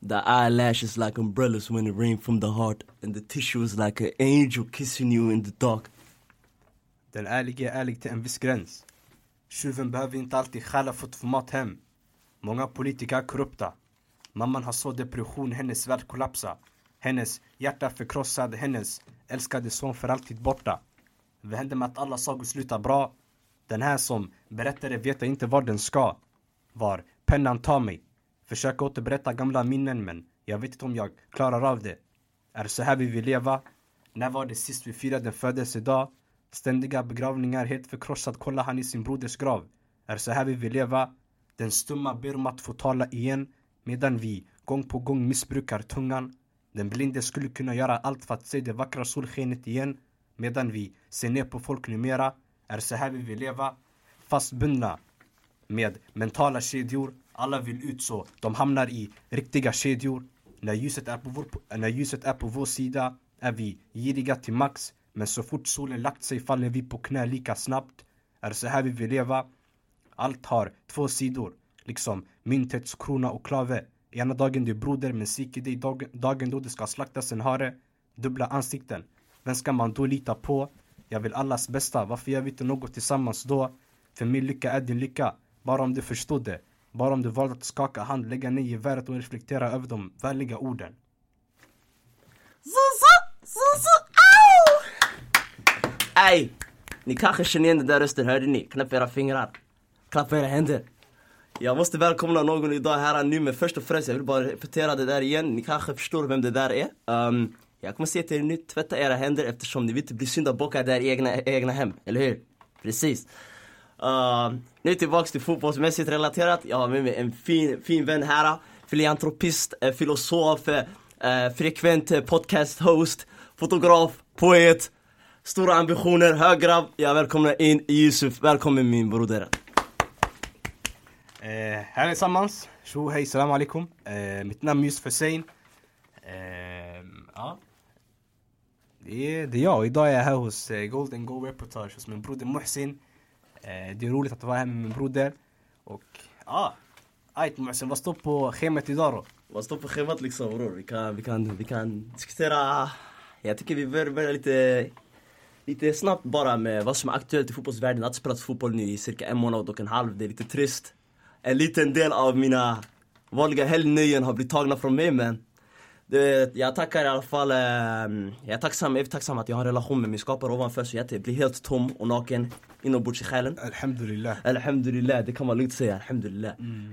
The eyelashes like umbrellas when it rained from the heart, and the tissue is like an angel kissing you in the dark. Den ärliga är ärlig till en viss gräns. Tjuven behöver inte alltid stjäla för att få mat hem. Många politiker är korrupta. Mamman har så depression, hennes värld kollapsar. Hennes hjärta förkrossad, hennes älskade son för alltid borta. Vad händer med att alla sagor slutar bra? Den här som berättade vet jag inte var den ska. Var pennan tar mig. Försöker återberätta gamla minnen, men jag vet inte om jag klarar av det. Är det så här vi vill leva? När var det sist vi firade en födelsedag? Ständiga begravningar, helt förkrossad, kollar han i sin broders grav. Är det så här vi vill leva? Den stumma ber om att få tala igen, medan vi gång på gång missbrukar tungan. Den blinde skulle kunna göra allt för att se det vackra solskenet igen, medan vi ser ner på folk numera. Är det så här vi vill leva? Fastbundna med mentala kedjor. Alla vill ut så de hamnar i riktiga kedjor. När ljuset är på vår sida är vi giriga till max. Men så fort solen lagt sig faller vi på knä lika snabbt. Är det så här vi vill leva? Allt har två sidor. Liksom myntets krona och klave. Ena dagen du är broder, men sviker dig dagen då det ska slaktas en hare. Dubbla ansikten. Vem ska man då lita på? Jag vill allas bästa. Varför gör vi inte något tillsammans då? För min lycka är din lycka. Bara om du förstod det. Bara om du valde att skaka hand, lägga ner geväret och reflektera över de vänliga orden. Ey, ni kanske känner igen den där rösten, hörde ni? Knäppa era fingrar. Klappa era händer. Jag måste välkomna någon idag här nu, men först och främst jag vill bara repetera det där igen. Ni kanske förstår vem det där är. Jag kommer säga till er nu, tvätta era händer eftersom ni vill inte bli syndabockar där i egna hem, eller hur? Precis. Nu tillbaks till fotbollsmässigt relaterat. Jag har med mig en fin vän här. Filantropist, filosof, frekvent podcast-host, fotograf, poet. Stora ambitioner, högrav. Jag välkomnar in Yusuf. Välkommen min broder. Här tillsammans. Tjo, hej, salam alaikum. Mitt namn är Yusuf Hussein. Ja. Det är jag. Idag är jag här hos Golden Go Reportage hos min broder Muhsin. Det är roligt att vara här med min broder. Och Muhsin, vad står på schemat idag då? Vad står på schemat liksom, bror? Vi kan diskutera. Jag tycker vi börjar lite snabbt bara med vad som är aktuellt i fotbollsvärlden. Att spela fotboll nu i cirka 1 månad och en halv. Det är lite trist. En liten del av mina vanliga helgnöjen har blivit tagna från mig, men jag tackar i alla fall. Jag är tacksam att jag har en relation med min skapare ovanför, så jag blir helt tom och naken inombords i själen. Alhamdulillah, det kan man lugnt säga. Alhamdulillah.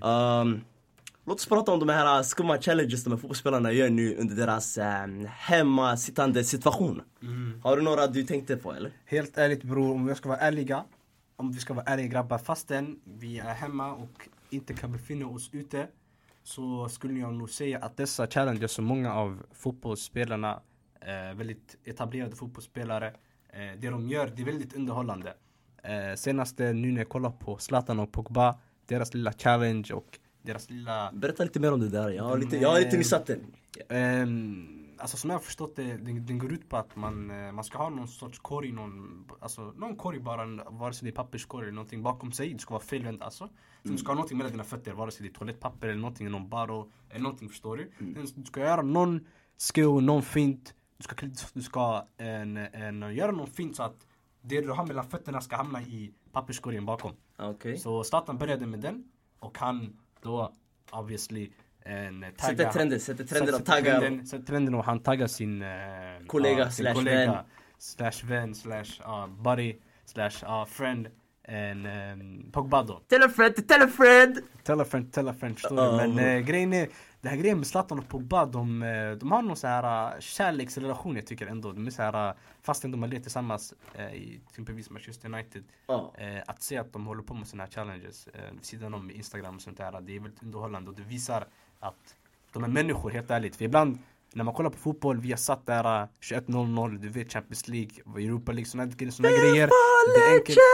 Låt oss prata om de här skumma challenges de här fotbollsspelarna gör nu under deras hemmasittande situation. Har du några du tänkte på, eller? Helt ärligt bror, om vi ska vara ärliga grabbar, fastän vi är hemma och inte kan befinna oss ute, så skulle jag nog säga att dessa challenges som många av fotbollsspelarna, väldigt etablerade fotbollsspelare, det de gör, det är väldigt underhållande. Senast nu när jag kollar på Zlatan och Pogba, deras lilla challenge och deras lilla... Berätta lite mer om det där. Jag har lite missat den. Alltså som jag har förstått det, den går ut på att man ska ha någon sorts korg, någon korg bara, vare sig det är papperskorg eller någonting bakom sig. Det ska vara felvänt alltså. Du ska ha någonting mellan dina fötter, vare sig det är toalettpapper eller någonting, någon baro eller någonting, förstår du? Du ska göra någon skill, någon fint. Du ska göra någon fint så att det du har mellan fötterna ska hamna i papperskorgen bakom. Okay. Så Zlatan började med den och han då obviously sätter trenden och taggar. Sätter trenden och han taggar sin kollega slash vän buddy slash friend Pogba då. Tell a friend, förstår du? Men grejen är, det här grejen med Zlatan och Pogba, de har någon så här kärleksrelation, jag tycker ändå. De är så här, fastän de har levt tillsammans i exempelvis Manchester United, att se att de håller på med såna här challenges vid sidan om Instagram och sånt där, det är väldigt underhållande och det visar att de är människor, helt ärligt. För ibland när man kollar på fotboll, vi har satt där 21-0, du vet, Champions League, Europa League, såna grejer. Det är enkelt.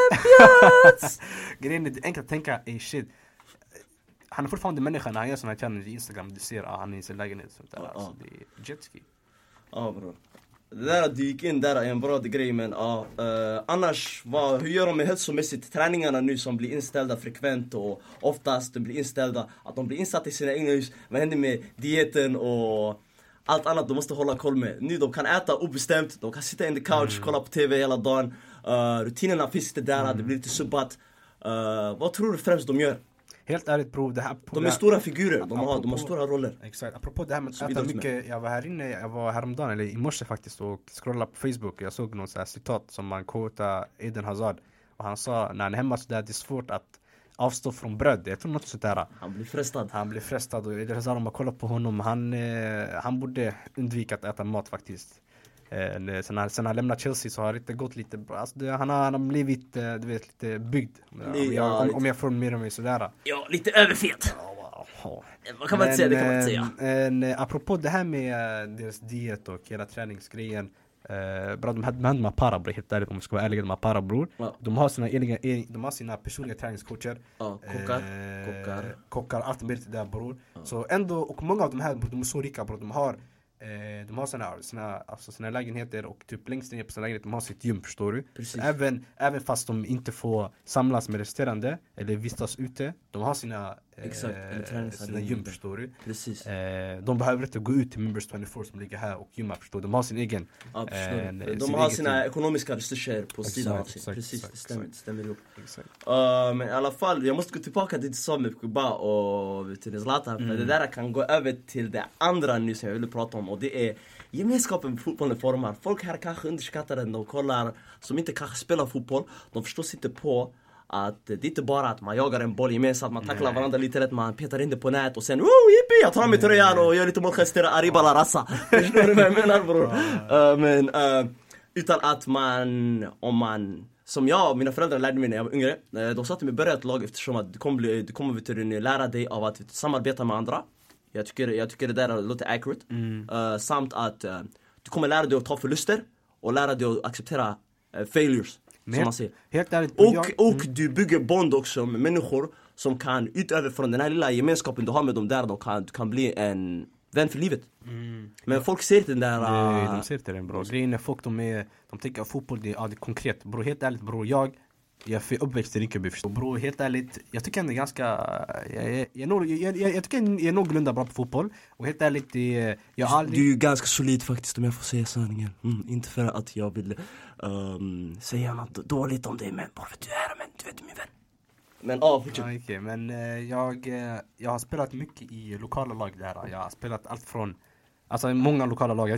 Grejen är det enkelt att tänka, shit, han är fortfarande människa när han gör såna här challenge i Instagram. Du ser han är i sin lägenhet, sånt där. Alltså, det är jetski. Bro. Det där att du gick in där är en bra grej, men annars, hur gör de med hälsomässigt? Träningarna nu som blir inställda frekvent och oftast de blir inställda, att de blir insatta i sina egna hus. Vad händer med dieten och allt annat de måste hålla koll med? Nu de kan äta obestämt, de kan sitta in the couch, kolla på TV hela dagen. Rutinerna finns inte där, det blir lite subbat. Vad tror du främst de gör? Helt ärligt bro, det här... De är stora figurer, de har stora roller. Exakt, apropå det här med att äta mycket. Jag var häromdagen, eller i morse faktiskt, och scrollade på Facebook. Jag såg någon så här citat som man quotar Eden Hazard. Och han sa, när han är hemma så där, det är svårt att avstå från bröd. Jag tror något sånt där. Han blir frestad. Och Eden Hazard, om man kollar på honom, han borde undvika att äta mat faktiskt. Sen han lämnat Chelsea så har det inte gått lite bra. Alltså han har blivit du vet, lite byggd. Om jag formulerar mig sådär. Ja, lite överfet. Vad kan man inte säga, det kan man inte säga. Apropå det här med deras diet och hela träningsgrejen. Bra, de här para bror, helt ärligt om vi ska vara ärliga, de här para bror. De har sina personliga träningscoacher. Kockar, allt möjligt där bror. Så ändå, och många av de här bror, de är så rika bror, de har sina lägenheter och typ längst ner på sina lägenheter de har sitt gym, förstår du? Även fast de inte får samlas med resterande eller vistas ute, de har sina gym, förstår du? Precis. De behöver inte gå ut till Members 24 som ligger här och gymma, förstår du? De har sin egen de har sina ekonomiska resurser på sidan. Precis, det stämmer ihop. Men i alla fall, jag måste gå tillbaka till det som med Kuba och till Zlatan, för det där kan gå över till det andra nu som jag ville prata om, och det är gemenskapen med fotbollen formar. Folk här kanske underskattar den, de kollar som inte kanske spelar fotboll, de förstår inte på att det är inte bara att man jagar en boll gemensamt, man tacklar varandra lite rätt, man petar in det på nät och sen yippie, jag tar av mig tröjan och gör lite målgester, Arriba la raza. Förstår du vad jag menar bror? Utan att om man som jag och mina föräldrar lärde mig när jag var yngre, de sa till mig börja ett lag eftersom att du kommer lära dig av att samarbeta med andra. Jag tycker det där låter accurate. Samt att du kommer lära dig att ta förluster och lära dig att acceptera failures. Som man säger. Helt ärligt, och du bygger bond också med människor som kan utöver från den här lilla gemenskapen du har med dem där, du kan bli en vän för livet. Men folk ser inte den där... Nej, de ser inte den bro. Grejen är folk, de tänker att fotboll det är konkret. Bro, helt ärligt bro, jag är uppväxt i Rinkeby. Bro, helt ärligt, jag tycker ändå ganska... Jag tycker jag är någorlunda bra på fotboll. Och helt ärligt, du är ju ganska solid faktiskt om jag får säga sanningen. Inte för att jag vill säga något dåligt om dig, men bara för att du är men du vet min vän. Men fortsätt. Men jag har spelat mycket i lokala lag där. Jag har spelat allt från... Alltså många lokala lag.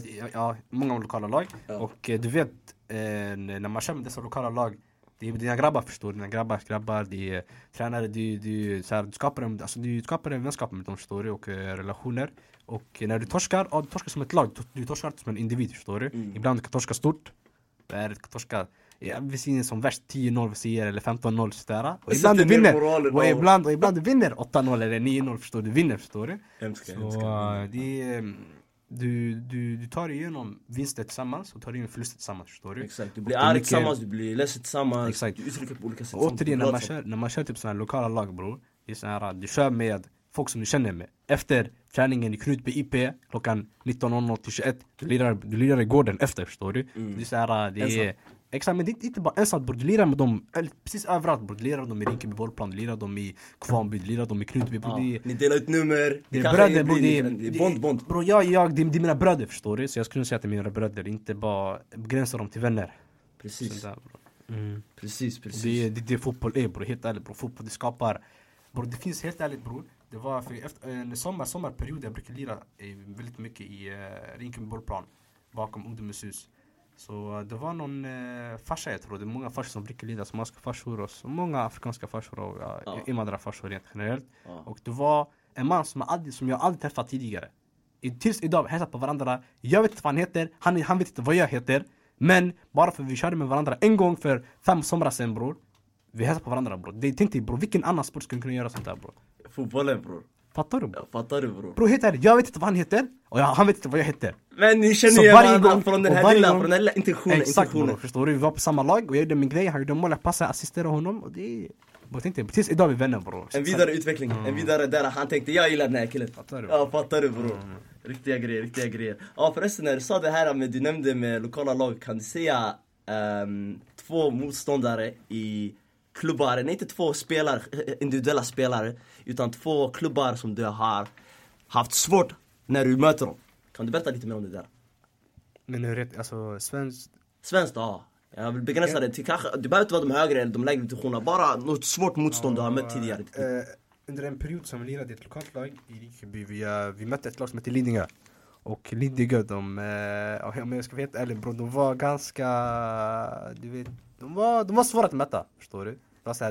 Och du vet, när man kör med dessa lokala lag, det är dina grabbar, förstår du? Dina grabbar, det är tränare, du skapar en vänskap med dem, förstår du? Och relationer. Och när du torskar, du torskar som ett lag, du torskar som en individ, förstår du? Ibland kan torska stort. Det är ett torska, vi ser som värst 10-0 vi ser, eller 15-0 sådär. Och ibland du vinner, och ibland du vinner 8-0 eller 9-0, förstår du? Du vinner, förstår du? Så det är... Du tar igenom vinster tillsammans och tar igenom förluster tillsammans, förstår du? Exakt, du blir arg tillsammans, du blir ledsen tillsammans. Exakt. Du uttrycker på olika sätt. Återigen, när man kör typ sådana här lokala lag, bro, det är så här, du kör med folk som du känner med. Efter träningen i Knutby IP klockan 19.00 till 21, du lirar i gården efter, förstår du? Det är så här, det är... Exakt, men det är inte bara ensamt, bro. Du lirar med dem precis överallt, bro. Du lirar dem i Rinkeby bollplan, du lirar dem i Kvarnby, du lirar dem i Knutby, bro. Ni delar ut nummer. Det är bröder, bro. Det är bond. Bro, det är mina bröder, förstår du? Så jag skulle säga att det är mina bröder, inte bara begränsa dem till vänner. Precis. Där, Precis. Det fotboll är, bro. Helt ärligt, bro. Fotboll, det skapar... Bro, det finns helt ärligt, bro. Det var för efter en sommarperiod jag brukade lira väldigt mycket i Rinkeby bollplan bakom ungdomens hus. Så det var någon farsa, jag tror. Det är många farsor som brukar lida, somaliska farsor och många afrikanska farsor och invandrarfarsor rent generellt. Och det var en man som jag aldrig träffat tidigare. Tills idag vi hälsar på varandra. Jag vet inte vad han heter, han vet inte vad jag heter. Men bara för vi körde med varandra en gång för 5 somrar sedan, bror. Vi hälsar på varandra, bror. Det tänkte bror, vilken annan sport skulle kunna göra sånt där, bror? Fotbollen, bror. Fattar du, bror? Ja, fattar du, bror? Bror, heter jag vet inte vad han heter och han vet inte vad jag heter. Men ni känner ju varandra från den här lilla intentionen. Exakt, bror. Förstår du? Vi var på samma lag och jag gjorde min grej. Han gjorde mål, jag passade, assisterade honom och det Bara tänkte precis idag vi vänner bro. En vidare utveckling, en vidare där han tänkte jag gillar den här killen. Fattar du bro. Riktiga grejer. Ja förresten när du sa det här med du nämnde med lokala lag, kan du säga två motståndare i klubbar, nej inte två spelare, individuella spelare, utan två klubbar som du har haft svårt när du möter dem. Kan du berätta lite mer om det där? Men hur rätt, alltså Svenskt, ja. Jag vill begränsa det till kanske, det behöver inte vara de högre eller de lägre divisionerna, bara något svårt motstånd du har mött tidigare. Under en period som vi lirade i ett lokalt lag i Rinkeby, vi mötte ett lag som heter Lidingö. Och Lidingö, om jag ska vara helt ärlig bro, de var ganska, du vet, de var svåra att möta, förstår du? Det var såhär,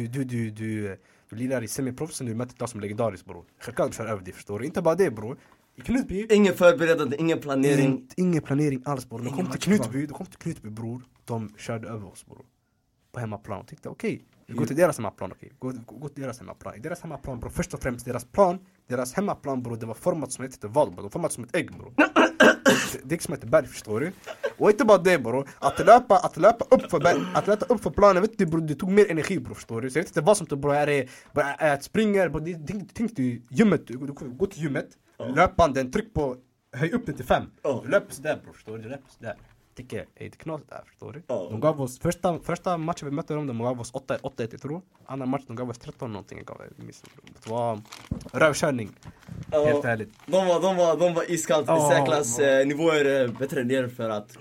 du lirar i semiproffsen, du möter ett lag som legendariskt bro. Självklart kör över det, förstår du? Inte bara det bro. I Knutby, ingen förberedande, ingen planering. Ingen planering alls bror. De kom till Knutby bror. De körde över oss bror. På hemmaplan. Och tänkte okej, vi går till deras hemmaplan. Gå till deras hemmaplan. I deras hemmaplan bror, först och främst deras hemmaplan bror, det var format som ett val bror. Det var format som ett ägg bror. Det är som ett berg, förstår du? Och inte bara det bror. Att löpa upp för planen, vet du bror, det tog mer energi bror, förstår du? Så jag vet inte vad som tog bror, är att springa bror. Tänk du gymmet, du går till gymmet. Löpanden, tryck på, höj upp den till 5. Löp sådär bror, förstår du? Löp sådär. Tycker jag, det är knas där, förstår du? De gav oss, första matchen vi mötte dem, de gav oss 8-1 jag tror. Andra matchen de gav oss 13 någonting. Det var rövkörning, helt ärligt. De var iskallt i särklass nivåer bättre än er för att...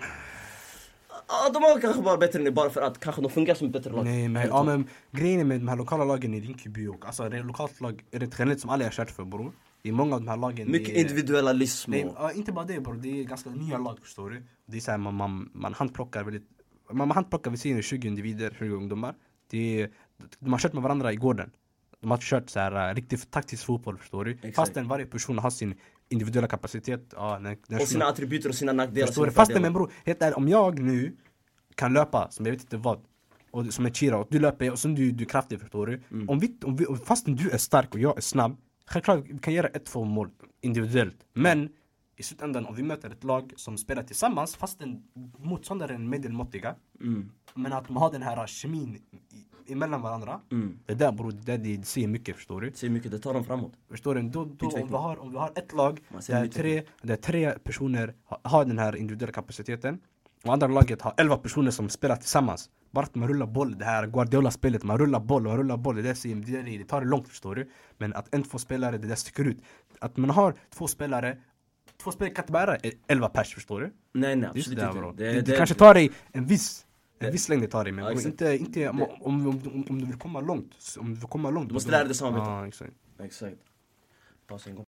de var kanske bara bättre än er bara för att kanske de fungerar som ett bättre lag. Nej, men grejen med de här lokala lagen i Rinkeby och alltså det är lokalt lag, är det generellt som alla har kört för bror. I många av de här lagen mycket individualism. Nej, inte bara det bror, det är ganska nya lag, förstår du. Det är så här, man handplockar vid sina 20 individer, 20 ungdomar. De har kört med varandra i gården. De har kört så här riktigt taktisk fotboll, förstår du. Exakt. Fastän varje person har sin individuella kapacitet och sina attributer och sina nackdelar. Fastän men bror, helt ärligt, om jag nu kan löpa som jag vet inte vad och som är Chira och du löper och som du är kraftig, förstår du. Fastän du är stark och jag är snabb, självklart vi kan göra 1-2 mål individuellt. Men i slutändan om vi möter ett lag som spelar tillsammans fast den motståndaren medelmåttiga, men att man har den här kemin emellan varandra, det där bror, det ser mycket, förstår du? Det ser mycket, det tar dem framåt. Förstår du? Då om vi har ett lag där tre personer har den här individuella kapaciteten och andra laget har 11 personer som spelar tillsammans. Bara att man rullar boll, det här Guardiola-spelet, man rullar boll, det tar det långt, förstår du? Men att två spelare, det där sticker ut. Att man har två spelare kan inte bära 11 pers, förstår du? Nej, absolut inte. Det kanske tar dig en viss längd det tar dig, men inte om du vill komma långt. Du måste lära dig samarbeta. Ja, exakt. Pass en gång.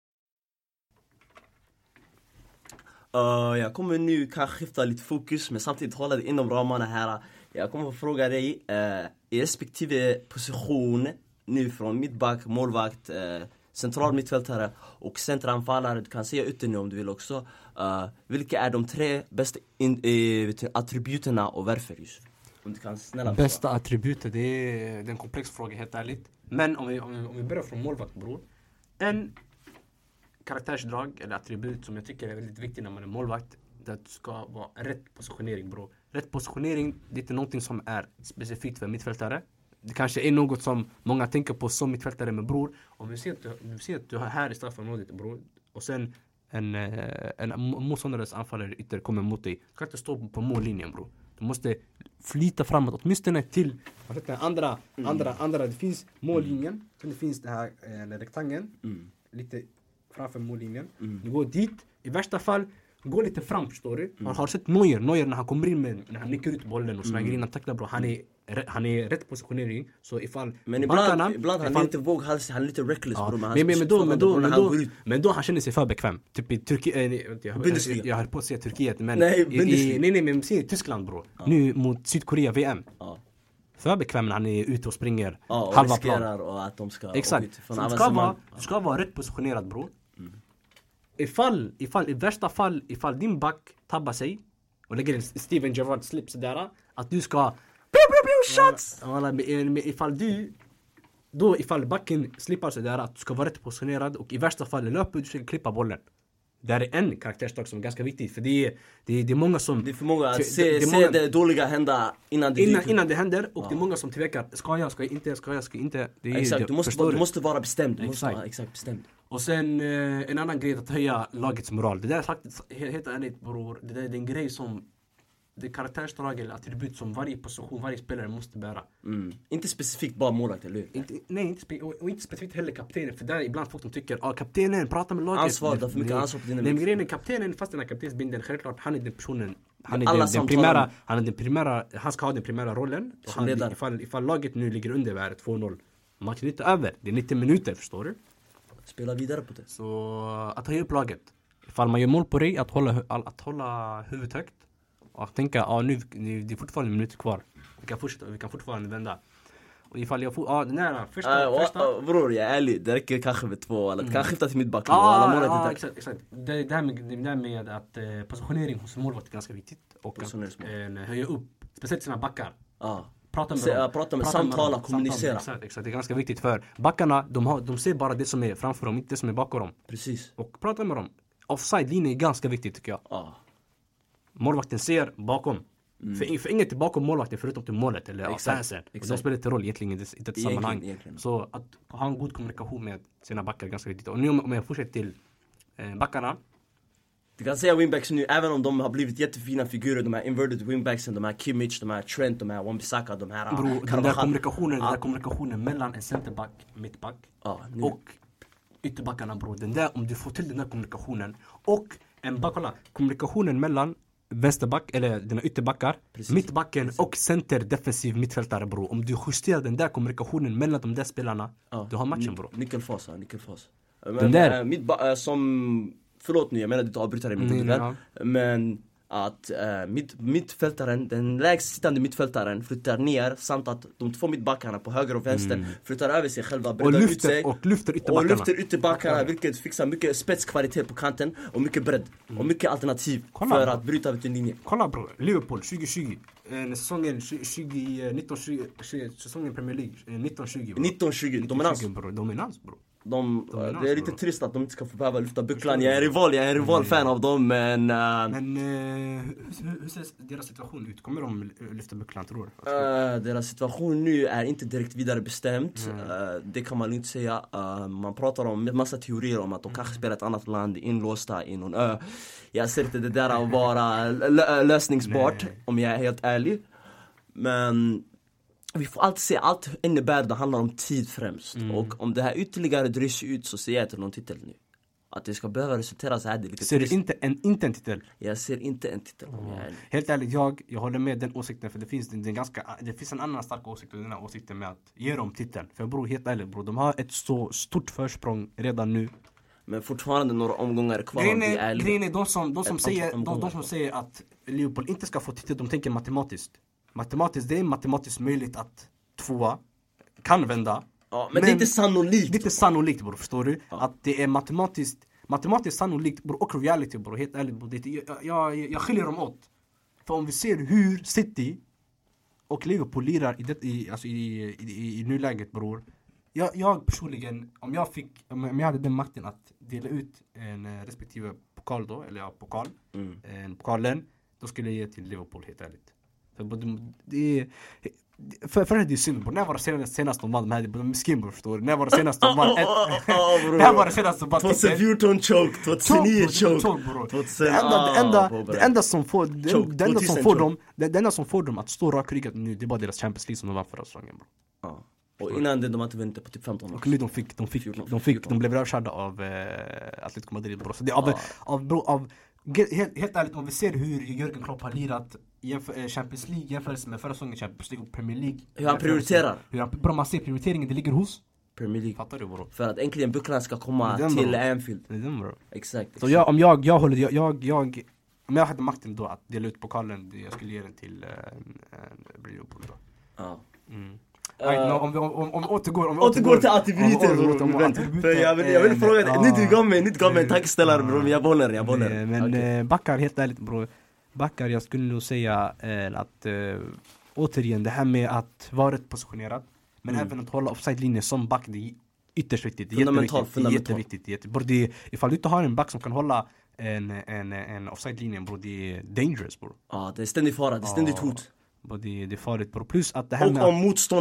Jag kommer nu kanske skifta lite fokus, men samtidigt hålla det inom ramarna här. Jag kommer att fråga dig i respektive position nu från mittback, målvakt, central mittfältare och centranfallare. Du kan säga ute nu om du vill också. Vilka är de 3 bästa attributerna och varför just? Om du kan snälla bästa attributer, det är en komplex fråga helt ärligt. Men om vi börjar från målvakt bror. En karaktärsdrag eller attribut som jag tycker är väldigt viktigt när man är målvakt, det ska vara rätt positionering bror. Rätt positionering, det är inte någonting som är specifikt för mittfältare. Det kanske är något som många tänker på som mittfältare med bror. Om vi ser att du har här i straffområdet bror och sen en motståndares anfallare ytter kommer mot dig. Du kan inte stå på mållinjen bror. Du måste flyta framåt åtminstone till andra det finns mållinjen, sen det finns det här rektangeln lite framför mållinjen. Du går dit, i värsta fall gå lite fram, förstår du? Man har sett Neuer när han kommer in när han nickar ut bollen och slänger in och tacklar bra. Han är rätt positionering, så ifall men ibland han är lite våghalsig, han är lite reckless bro, men då han känner sig för bekväm. Typ i Turkiet, jag höll på att säga Turkiet, men men i Tyskland bro. Nu mot Sydkorea VM. För bekväm när han är ute och springer halva plan och att de ska exakt. Du ska vara rätt positionerad bro. Ifall i värsta fall ifall din back tabbar sig och lägger en Steven Gerrard slip så där att du ska shots. Ifall backen slipar så där att du ska vara rätt positionerad och i värsta fall löper du ska klippa bollen. Det är en karaktärsdrag som är ganska viktigt. För det är många som... Det är för många att se det dåliga hända innan det händer. Och det är många som tvekar. Ska jag inte? Det är, exakt, du måste vara bestämd. Du måste vara exakt bestämd. Och sen en annan grej att höja lagets moral. Det där är faktiskt helt ärligt bror. Det där är en grej som... Det är karaktärsdrag eller attribut som varje position, varje spelare måste bära. Inte specifikt bara målvakt, eller hur? Inte specifikt heller kaptenen. För där ibland folk som tycker kaptenen, prata med laget. Ansvar, det är för mycket ansvar på dina Nej, men grejen är kaptenen, fast den här kaptensbindeln, självklart, han är den personen. Han ska ha den primära rollen. Ifall laget nu ligger under värde 2-0. Matchen är inte över. Det är 90 minuter, förstår du? Spela vidare på det. Så att höja upp laget. Ifall man gör mål på dig, att hålla huvudet högt. Och tänka, nu det är fortfarande minuter kvar. Vi kan fortfarande vända. Och ifall jag får, den här första... Bror, jag är ärlig. Det räcker kanske med 2. Eller kan skifta till mittback. Exakt. Det där med att positionering hos målvakt är ganska viktigt. Och att höja upp, speciellt sina backar. Prata med samtala, kommunicera. Exakt, det är ganska viktigt för backarna, de ser bara det som är framför dem, inte det som är bakom dem. Precis. Och prata med dem. Offside-linjen är ganska viktigt tycker jag. Målvakten ser bakom. För inget är bakom målvakten förutom till målet eller fansen. De spelar inte roll egentligen i detta sammanhang. Så att ha en god kommunikation med sina backar är ganska viktigt. Och nu om jag fortsätter till backarna. Du kan säga wingbacks nu, även om de har blivit jättefina figurer, de här inverted wingbacksen, de här Kimmich, de här Trent, de här Wan-Bissaka, de här den där kommunikationen mellan en centerback, mittback och ytterbackarna bror. Om du får till den där kommunikationen och kommunikationen mellan vänsterback eller dina ytterbackar, mittbacken och center defensiv mittfältare bror. Om du justerar den där kommunikationen mellan de där spelarna, du har matchen bror. Nyckelfas. Den där som förlåt nu, jag menar att du avbryter dig men att mittfältaren, den lägst sittande mittfältaren flyttar ner samt att de två mittbackarna på höger och vänster flyttar över sig själva, och lyfter ytterbackarna, vilket fixar mycket spetskvalitet på kanten och mycket bredd och mycket alternativ för att bryta ut en linje. Kolla bro, Liverpool 2020 säsongen 2019-20 säsongen Premier League 19-20 dominans bro. Det är lite trist att de inte ska få behöva lyfta bucklan. Jag är en rival-fan av dem, men hur ser deras situation ut? Kommer de lyfta bucklan, tror du? Deras situation nu är inte direkt vidare bestämt. Det kan man inte säga. Man pratar om en massa teorier om att de kanske spelar ett annat land, inlåsta i någon ö. Jag ser inte det där att vara lösningsbart, om jag är helt ärlig. Men vi får alltid se, allt innebär det handlar om tid främst. Och om det här ytterligare dröjs ut så ser jag inte någon titel nu. Att det ska behöva resultera så här, det är lite ser du inte en titel? Jag ser inte en titel. Helt ärligt, jag håller med den åsikten. För det finns en annan stark åsikt. Och den här åsikten med att ge dem titeln. För bror, helt ärligt bror, de har ett så stort försprång redan nu. Men fortfarande några omgångar kvar. Grejen är de som säger att Liverpool inte ska få titel, de tänker matematiskt. Det är matematiskt möjligt att 2 kan vända. Ja, men det är inte sannolikt. Det är inte sannolikt bror, förstår du? Att det är matematiskt sannolikt bror, och reality bror, helt ärligt bror. Jag skiljer dem åt. För om vi ser hur City och Liverpool lirar i nuläget bror. Jag personligen, om jag hade den makten att dela ut en respektive pokal då, eller pokalen, då skulle jag ge till Liverpool, helt ärligt. För det är synd bror. När var det senast de vann de här miskin bror, förstår du? När var det senast de vann när var det senast de vann 2014 choke, 2009 choke bror. Det enda som får dem att stå rakryggat nu, det är bara deras Champions League som de vann förra säsongen bror. Och innan det de hade vunnit på typ 15 år. Och nu de blev rövkörda av Atletico Madrid bror. Så det helt ärligt, om vi ser hur Jürgen Klopp har lirat Champions League jämfört med förra säsongen Champions League och Premier League. Hur han prioriterar. Bra, man ser prioriteringen, det ligger hos Premier League. Fattar du bro? För att äntligen bucklan ska komma till Anfield. Det är den bro. Exakt. Så om jag hade makten då att dela ut pokalen, jag skulle ge den till Liverpool då. Ja. Om vi återgår till attributer. För jag vill fråga dig, nytt gav mig en tankställare bror, men jag bollar. Men backar, helt ärligt bror. Backar, jag skulle nog säga att återigen, det här med att vara rätt positionerad, men även att hålla offside-linjen som back, det är ytterst viktigt. Det är jätteviktigt. Ifall du inte har en back som kan hålla en offside-linjen, bro. Det är dangerous, bro. Ja, det är ständigt fara, det är ständigt hot. Det är farligt, bro. Plus att det här Och med... om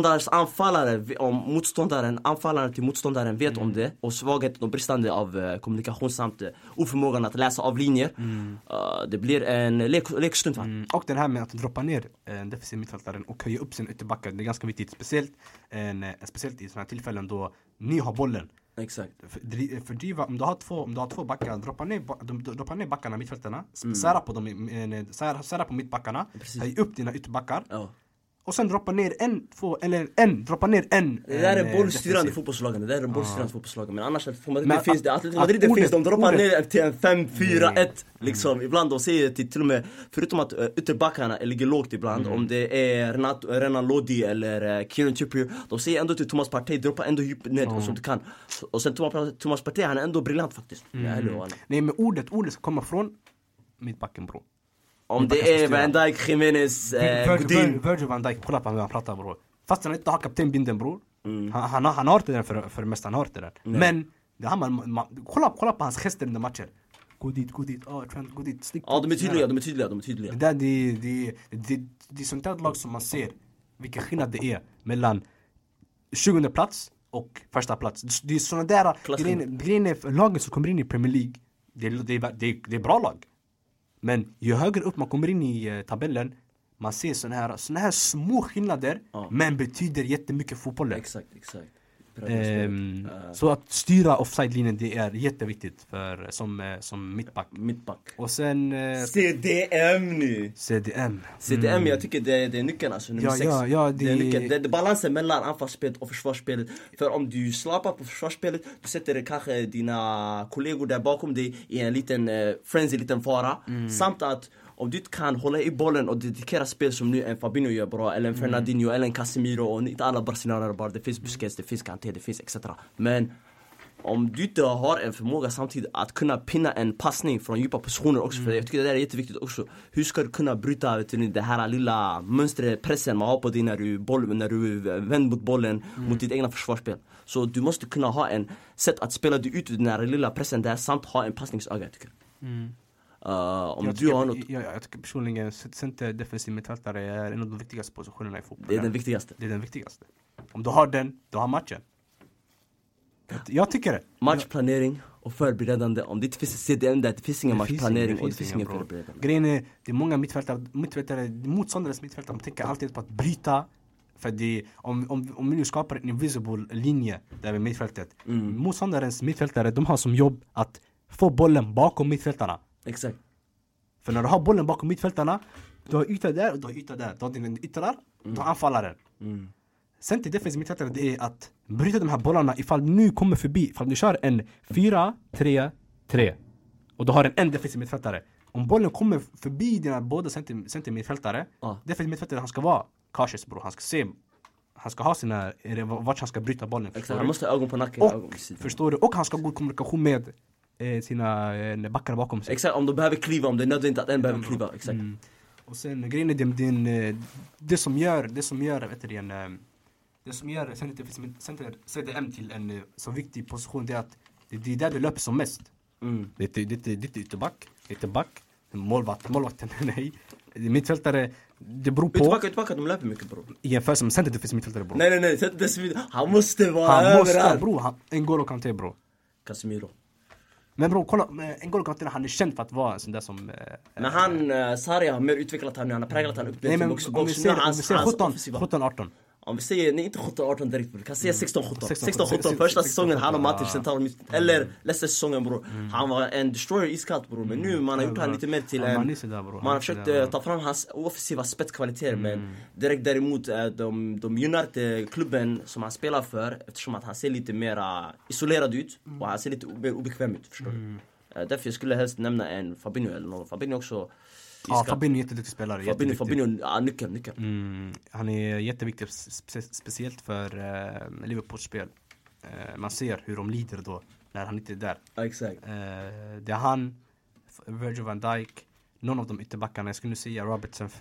anfallaren till motståndaren vet om det, och svagheten och bristande av kommunikation samt oförmågan att läsa av linjer, det blir en lekstund, va? Och den här med att droppa ner en defensiv mittfältaren och höja upp sin ytterbackar, det är ganska viktigt. Speciellt i sådana här tillfällen då ni har bollen. Exakt. Fördriva, om du har två backar, droppa ner backarna, mittfältarna, sära på dem, sära på mittbackarna, höj upp dina ytterbackar. Ja. Och sen droppa ner en. Det där är bollstyrande fotbollslagen. Men annars får Madrid finns det. Atletico Madrid finns de droppar ner till en 5-4-1 liksom. Ibland de säger till och med, förutom att ytterbackarna ligger lågt ibland, om det är Renan Lodi eller Kieran Trippier, de säger ändå till Thomas Partey, droppa ändå djupt ner som du kan. Och sen Thomas Partey, han är ändå briljant faktiskt. Nej, men ordet ska komma från mittbacken, bro. Om det är Van Dijk, Jimenez, Godin. Virgil van Dijk, kolla på hur han pratar, bror. Fast han inte har kaptenbinden, bror. Han har inte den för det mesta, han har inte den. Men kolla på hans gester under matcher. Gå dit, Trent, gå dit. Ja, de är tydliga. Det är sånt där lag som man ser vilken skillnad det är mellan 20:e plats och första plats. Det är såna där grejer, lagen som kommer in i Premier League. Det är bra lag. Men ju högre upp man kommer in i tabellen, man ser såna här små skillnader, men betyder jättemycket fotboll. Exakt. Så att styra offside-linjen, det är jätteviktigt för som mittback. Och sen CDM, jag tycker det är nyckeln, alltså nummer 6. Det är nyckeln. Det är balansen mellan anfallsspelet och försvarsspelet. För om du slapar på försvarsspelet, du sätter kanske dina kollegor där bakom dig i en liten frenzy, liten fara. Samt att om du inte kan hålla i bollen och dedikera spel som nu en Fabinho gör bra, eller en Fernandinho, eller en Casemiro, och inte alla brasilianare bara, det finns Busquets, det finns Kanté, det finns etc. Men om du inte har en förmåga samtidigt att kunna pinna en passning från djupa positioner också, för jag tycker det där är jätteviktigt också. Hur ska du kunna bryta det här lilla mönstret, pressen man har på dig när du vänder mot bollen, mot ditt egna försvarsspel. Så du måste kunna ha en sätt att spela dig ut den här lilla pressen där, samt ha en passningsöga, jag tycker. Jag tycker personligen center defensiv mittfältare är en av de viktigaste positionerna i fotboll. Det är den viktigaste. Om du har den, då har matchen. Jag tycker det. Matchplanering och förberedande. Om det inte finns CDM där, det finns ingen matchplanering och det finns ingen förberedande. Grejen är, det är många mittfältare, motståndares mittfältare, de tänker alltid på att bryta. För det, om vi nu skapar en invisible linje där vid mittfältet, motståndarens mittfältare, de har som jobb att få bollen bakom mittfältarna. Exakt. För när du har bollen bakom mittfältarna, du har yta där och du har yta där. Du har din yttrar, du har anfallaren. Sen till defensiv mittfältare, det är att bryta de här bollarna ifall du nu kommer förbi. Ifall du kör en 4-3-3 och du har en defensiv mittfältare. Om bollen kommer förbi dina båda center mittfältare, defensiv mittfältare, han ska vara cautious, bro. Han ska ha sina, vart han ska bryta bollen. Exakt, han måste ha ögon på nacken. Förstår du? Och han ska ha god kommunikation med sina backar bakom sig. Exakt, om de behöver kliva, om det är nödvändigt att en behöver kliva. Exakt. Och sen grejen är det som gör CDM till en så viktig position, det är att det är där du löper som mest. Det är ytterback, målvakten, nej. Mittfältare, det beror på. Ytterback, de löper mycket, bro. I en som center defensiv mittfältare, bro. Nej, han måste vara överallt. Bro, N'Golo Kanté, bro. Casemiro. Men bro, kolla, N'Golo Kanté, han är känd för att vara en sån där som... Men Sarri har mer utvecklat han nu, han har präglat han upp. Nej, men om vi ser 17-18. Om vi säger, nej, inte 17-18 direkt, vi kan säga 16-17 första säsongen, han och Matic central mitt, eller nästa säsongen, bror. Han var en destroyer iskallt, bror. Men nu man har gjort han lite mer till en, man har försökt ta fram hans offensiva spetskvaliteter. Men direkt däremot de gynnar inte klubben som han spelar för, eftersom att han ser lite mer isolerad ut och han ser lite mer obekväm ut, förstår du. Därför jag skulle helst nämna en Fabinho eller någon. Fabinho också. Ja, Fabinho är jätteduktig spelare. Fabinho, nyckeln. Han är jätteviktig, speciellt för Liverpools spel. Man ser hur de lider då när han inte är där. Exakt. Det är han, Virgil van Dijk, någon av de ytterbackarna. Jag skulle säga Robertson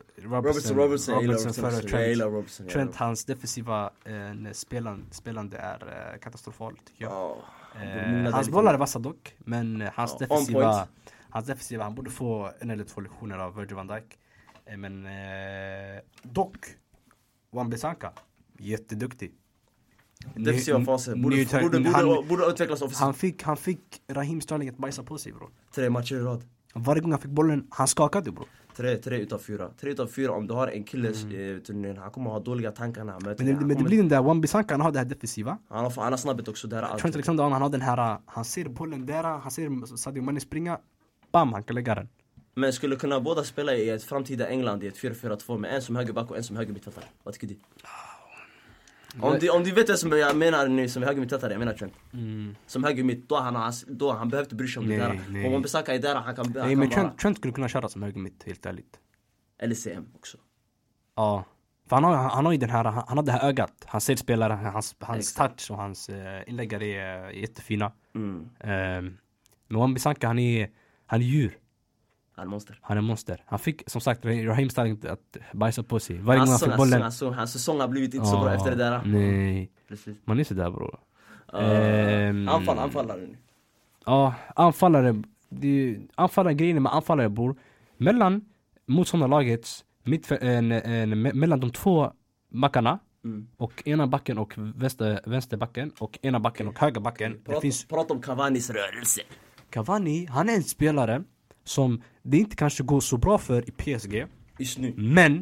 före Trent. Hans defensiva spelande är katastrofalt, tycker jag. Hans bollar är vassa dock, men hans Hans defensiva, han borde få en eller två lektioner av Virgil van Dijk. Men dock Wan-Bissaka jätteduktig. Defensiva fasen borde utvecklas offensivt. Han fick Raheem Sterling att bajsa på sig, bro. 3 matcher i rad. Varje gång han fick bollen, han skakade, bro. 3 utav 4. 3 utav 4 om du har en kille han kommer ha dåliga tankar när han möter. Men det blir den där Wan-Bissaka, han har det här defensiva. Han har snabbet också där. Trent Alexander, han har den här, han ser bollen där, han ser Sadio Mane springa, bam, han kan lägga den. Men skulle kunna båda spela i ett framtida England i ett 4-4-2 med en som högerback och en som höger mittfältare. Vad tycker du? Om du vet det som jag menar nu, som höger mittfältare, jag menar Trent. Som höger mitt, då han behövde bry sig om det där. Om man besöker är där, han kan nej, men Trent skulle kunna köra som höger mitt, helt ärligt. Eller CM också. Ja. För han har ju den här, han har det här ögat. Han ser spelare, hans touch och hans inläggare är jättefina. Men Wan-Bissaka, han är djur. Han är monster. Han fick, som sagt, Raheem Sterling att bajsa på sig. Varje gång han fick bollen. Hans säsong har blivit inte så bra efter det där. Nej. Precis. Man är så där, bro. Anfallare nu. Ja, anfallare grejen med anfallare, bror. Mellan motståndarlagets mellan de två backarna och ena backen och vänsterbacken och ena backen och högerbacken. Prata om Cavanis rörelse. Cavani, han är en spelare som det inte kanske går så bra för i PSG just nu. Men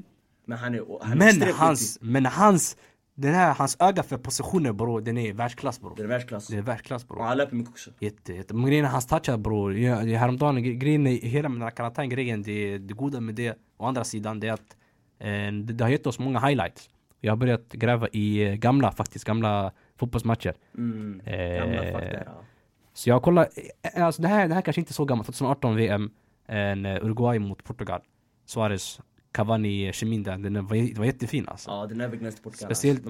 hans öga för positioner, bro, den är världsklass, bro. Det är världsklass, bro. Och han löper mycket också. Jätte. Men grejen är hans touchar, bro. Häromdagen, grejen är hela den här karantängrejen, det goda med det. Å andra sidan, det är att det har gett oss många highlights. Jag har börjat gräva i gamla fotbollsmatcher. Gamla fakta, ja. Så jag kollar, alltså det här kanske inte är så gammalt. 2018 VM, Uruguay mot Portugal. Suarez, Cavani, kemin där, det var jättefin alltså. Ja, den är vägnäst Portugal.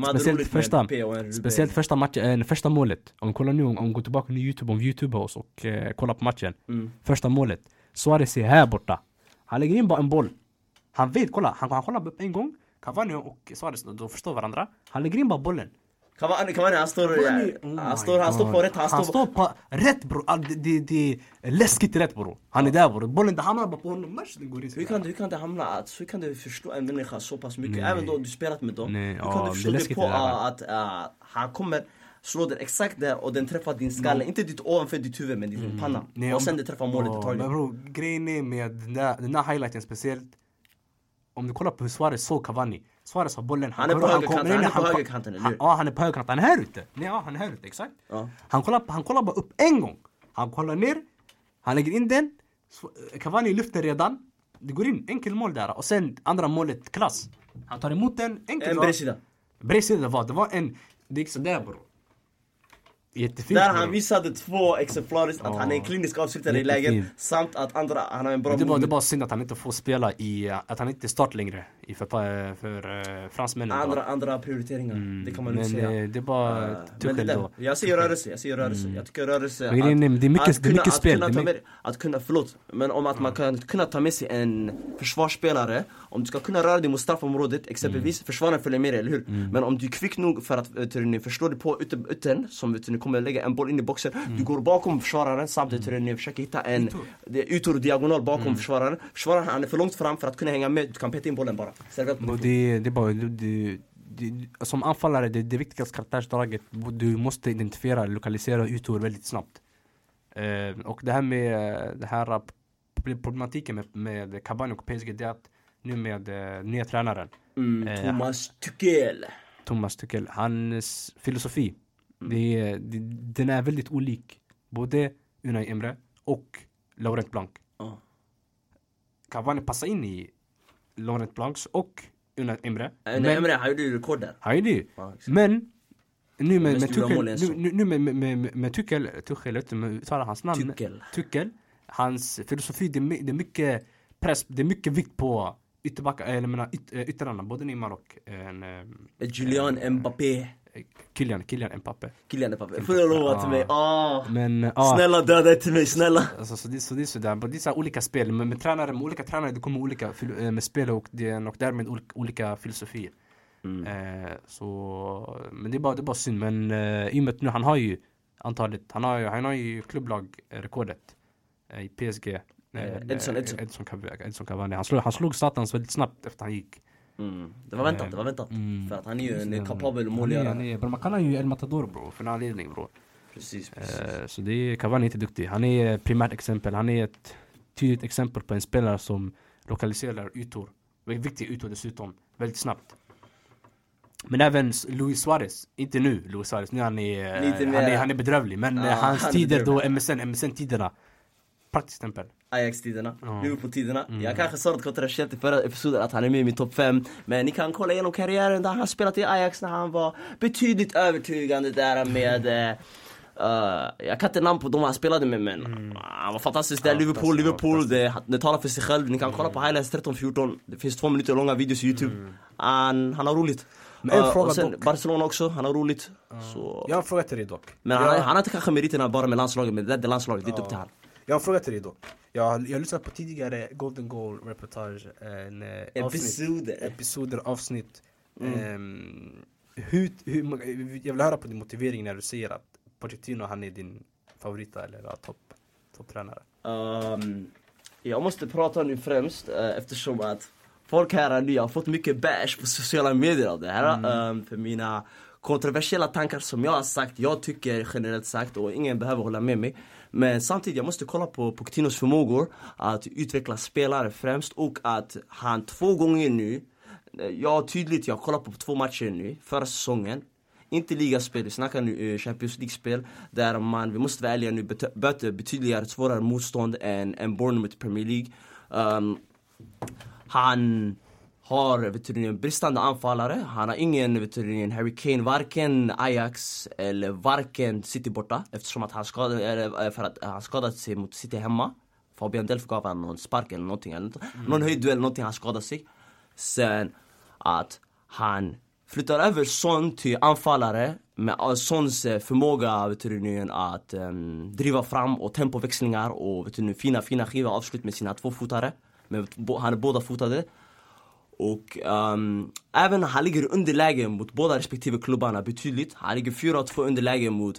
Speciellt första matchen, första målet. Om vi kollar nu, om vi går tillbaka till YouTube, om vi YouTuber oss och kollar på matchen. Första målet. Suarez är här borta. Han lägger in bara en boll. Han vet, kolla, han kollar upp en gång. Cavani och Suarez, då förstår varandra. Han lägger in bara bollen. Cavani, han står på rätt. Han står på rätt, bro. Det är läskigt rätt, bro. Han är där, bro. Bollen, det hamnar bara på honom. Hur kan det hamna? Hur kan du förstå en människa så pass mycket? Även då du spelat med dem. Hur kan du förstå det på att han kommer slå den exakt där och den träffar din skalle. Inte ditt ovanför ditt huvud, men din panna. Och sen det träffar målet i taget. Men bro, grejen är med den här highlighten speciellt. Om du kollar på hur Suarez såg Cavani. Suarez har bollen. Han är på högerkanten, eller hur? Ja, han är på högerkanten. Han är här ute. Nej, ja, han är här ute, exakt. Ja. Han kollar bara upp en gång. Han kollar ner. Han lägger in den. Cavani lyfter redan. Det går in, enkel mål där. Och sen andra målet, klass. Han tar emot den, enkel. En bredsida. Bredsida det var en, det gick så där, bro. Jättefint, där han visade 2 exemplariskt att han är en klinisk avslutare i läget samt att andra, han har en bra det är bara synd att han inte får spela att han inte startar längre för fransmännen. Andra prioriteringar, det kan man nog säga. Det är bara Tuchel då. Jag ser rörelse. Jag tycker rörelse det är mycket spel. Men om att man kan kunna ta med sig en försvarsspelare, om du ska kunna röra dig mot straffområdet exempelvis, försvararen följer med dig, eller hur? Men om du är kvick nog för att förstå dig på ytten som du kommer lägga en boll in i boxen, du går bakom försvararen samtidigt ni försöker hitta en ytor diagonal bakom försvararen. Försvararen, han är för långt fram för att kunna hänga med, du kan peta in bollen bara. Det är bara som anfallare, det viktigaste karaktärsdraget, du måste identifiera, lokalisera ytor väldigt snabbt. Och det här med det här problematiken med Cavani och PSG, det är att nu med nya tränaren Thomas Tuchel, hans filosofi, den är väldigt olik både Unai Emre och Laurent Blanc. Cavani passar in i Laurent Blancs och Unai Emre. Emre har ju rekord där. Men nu med Tuchel, uttalar hans namn. Tuchel, hans filosofi, det är mycket press, det är mycket vikt på yttrarna, både Neymar och Kylian Mbappé. Kylian Mbappé. Får jag lova till mig? Men snälla döda till mig, snälla. Alltså, så det är så där. Det är så olika spel med olika tränare, det kommer olika med spel och därmed olika filosofier. Men det är bara synd, men i och med att nu han har ju klubblag-rekordet i PSG Edson Cavani. Han slog Satans väldigt snabbt efter han gick. Det var väntat. För att han är ju en kapabel målgörare. Man kan ju El Matador, bro, för en anledning, bro. Precis. Så det är Cavani inte duktig. Han är primärt exempel. Han är ett tydligt exempel på en spelare som lokaliserar ytor. Viktiga ytor dessutom. Väldigt snabbt. Men även Luis Suarez. Inte nu Luis Suarez. Nu han är bedrövlig. Men hans tider då, MSN-tiderna. Praktiskt exempel. Ajax-tiderna, Liverpool-tiderna. Jag kanske sa det kontroversiellt i förra episoden att han är med i min topp 5. Men ni kan kolla igenom karriären där han spelat i Ajax när han var betydligt övertygande där med... jag kan inte namn på de han spelade med, men han var fantastisk där. Liverpool, det talar för sig själv. Ni kan kolla på highlights 13-14. Det finns 2 minuter långa videos i YouTube. Han har roligt. Och sen Barcelona också, han har roligt. Så... Jag har en fråga till dig dock. Men han har inte kanske meriterna bara med landslaget, men det är landslaget, det är upp till han. Jag har en fråga till dig dock. Jag har lyssnat på tidigare Golden Goal reportage, avsnitt. Jag vill höra på din motivering när du säger att Pochettino, han är din favorita eller topptränare. Jag måste prata nu främst eftersom att folk här nu har fått mycket bash på sociala medier av det här. För mina kontroversiella tankar som jag har sagt, jag tycker generellt sagt, och ingen behöver hålla med mig. Men samtidigt, jag måste kolla på Pochettinos förmågor att utveckla spelare främst, och att han 2 gånger nu, jag kollar på 2 matcher nu förra säsongen, inte ligaspel, vi snackar nu Champions League-spel där vi måste vara ärliga nu, böter betydligt svårare motstånd än Bournemouth i Premier League. Han har en bristande anfallare. Han har ingen en Harry Kane, varken Ajax eller varken City borta, eftersom att han skadat sig mot City hemma. Fabian Delph gav han någon spark eller någonting, någon höjdduell, någonting, han skadade sig. Sen att han flyttar över Son till anfallare med Sons förmåga att driva fram och tempoväxlingar och fina skiva avslut med sina 2-fotare. Men han är båda fotade. Och även han ligger underläge mot båda respektive klubbarna betydligt. Han ligger 4-2 underläge mot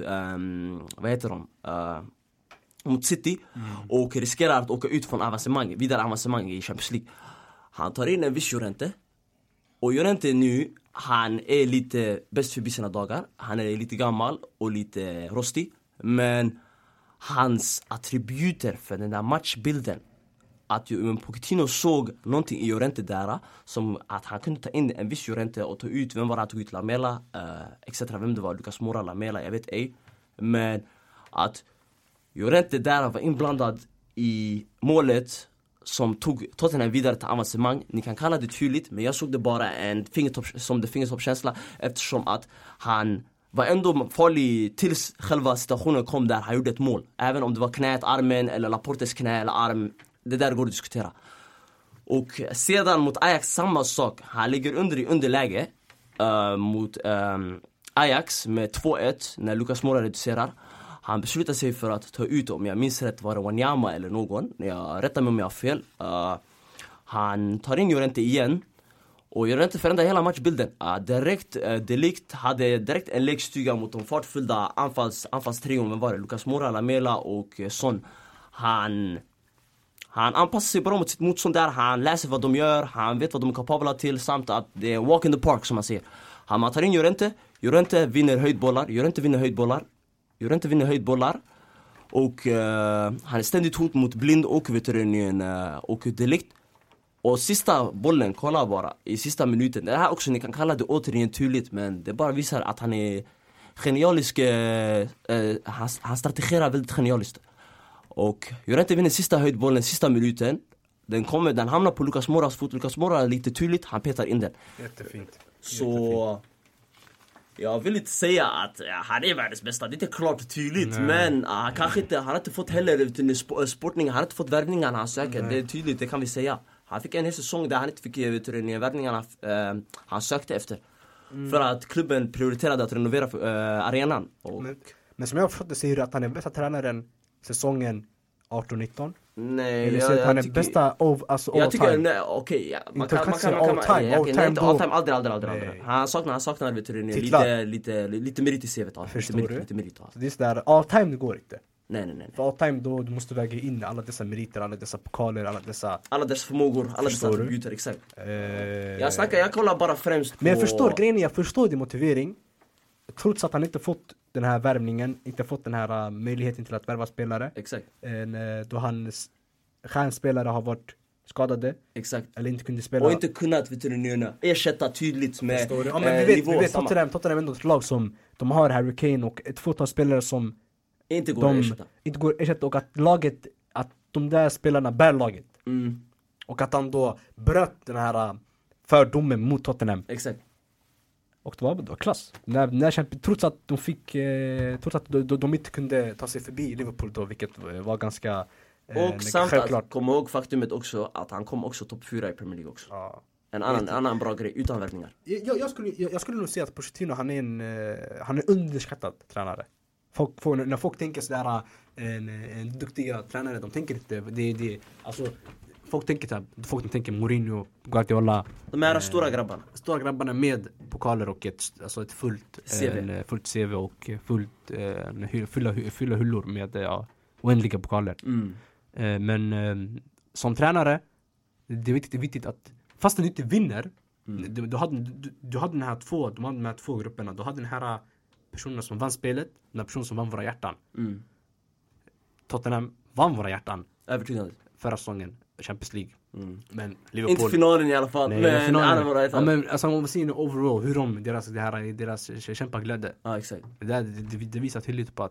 mot City och riskerar att åka ut från vidare avancemang i Champions League. Han tar in en viss Llorente. Och Llorente nu, han är lite bäst förbi sina dagar. Han är lite gammal och lite rostig. Men hans attributer för den där matchbilden, att Pochettino såg någonting i Llorente där, som att han kunde ta in en viss Llorente och ta ut, vem var han tog ut, Lamela, etc. Vem det var, Lucas Moura, Lamela, jag vet ej. Men att Llorente där var inblandad i målet som tog Tottenham vidare till avancemang. Ni kan kalla det tydligt, men jag såg det bara som det fingertoppskänsla, eftersom att han var ändå farlig tills själva situationen kom där han gjorde ett mål. Även om det var knät, armen eller Laportes knä eller arm, det där går att diskutera. Och sedan mot Ajax samma sak. Han ligger i underläge mot Ajax med 2-1 när Lucas Moura reducerar. Han beslutar sig för att ta ut, om jag minns rätt, var det Wanyama eller någon. Jag rättar mig om jag har fel. Han tar in Llorente igen. Och Llorente förändrar hela matchbilden. Delikt hade direkt en läggstuga mot de fartfyllda anfallstrion. Vem var det? Lucas Moura, Lamela och Son. Han anpassar sig bra mot sitt motstånd där. Han läser vad de gör. Han vet vad de är kapabla till. Samt att det är walk in the park, som man säger. Han tar in Llorente. Llorente vinner höjdbollar. Och han är ständigt hot mot Blind och och Delikt. Och sista bollen, kolla bara, i sista minuten. Det här också, ni kan kalla det återigen tydligt, men det bara visar att han är genialisk. Han strategerar väldigt genialiskt. Och Llorente vinner sista höjdbollen, sista minuten. Den hamnar på Lucas Mouras fot. Lucas Moura är lite tydligt, han petar in den. Jättefint. Så jag vill inte säga att han är världens bästa. Det är inte klart tydligt. Nej. Men han har inte fått heller sportning. Han har inte fått värvningarna han söker. Nej. Det är tydligt, det kan vi säga. Han fick en hel säsong där han inte fick värvningarna han sökte efter. För att klubben prioriterade att renovera arenan. Men som jag har förstått det, säger du att han är bästa tränaren säsongen 18-19? Nej, eller han är bästa all jag tycker, time? Nej, okej, man kan all time. Aldrig. Han saknar lite merit i CV:t. Förstår du? Lite merit. Så det är sådär, all time det går inte. Nej. För all time då, du måste väga in alla dessa meriter, alla dessa pokaler, alla dessa förmågor, alla dessa attributer, exakt. Jag kollar bara främst på... Men jag förstår din motivering. Trots att han inte fått den här värvningen, inte fått den här möjligheten till att värva spelare. Exakt. Då hans stjärnspelare har varit skadade. Exakt. Eller inte kunde spela. Och inte kunnat ersätta tydligt med ja, men vi vet Tottenham är ändå ett lag som de har Harry Kane och ett fåtal spelare som inte går att ersätta och att laget, att de där spelarna bär laget. Och att han då bröt den här fördomen mot Tottenham. Exakt. Och det var klass. Trots att de fick trots att de inte kunde ta sig förbi Liverpool då, vilket var ganska och samt att komma ihåg faktumet också att han kom också topp 4 i Premier League också. Ja. En annan bra grej utan värvningar. Jag skulle nog säga att Pochettino han är underskattad tränare. När folk tänker sådär en duktiga tränare, de tänker inte det alltså folk tänker Mourinho, Guardiola, de här stora grabbarna med pokaler och ett fullt CV och fylla hyllor med oändliga pokaler. Men som tränare det är viktigt att fast du inte vinner du hade de här två grupperna. Du hade den här personerna som vann spelet, den här personen som vann våra hjärtan. Tottenham vann våra hjärtan övertygande förra säsongen, Champions League. Men Liverpool inte finalen i alla fall. Men alla våra hjärtan. Men alltså om man ser overall hur deras kämpaglödde. Ja, exakt. Det visar tydligt på att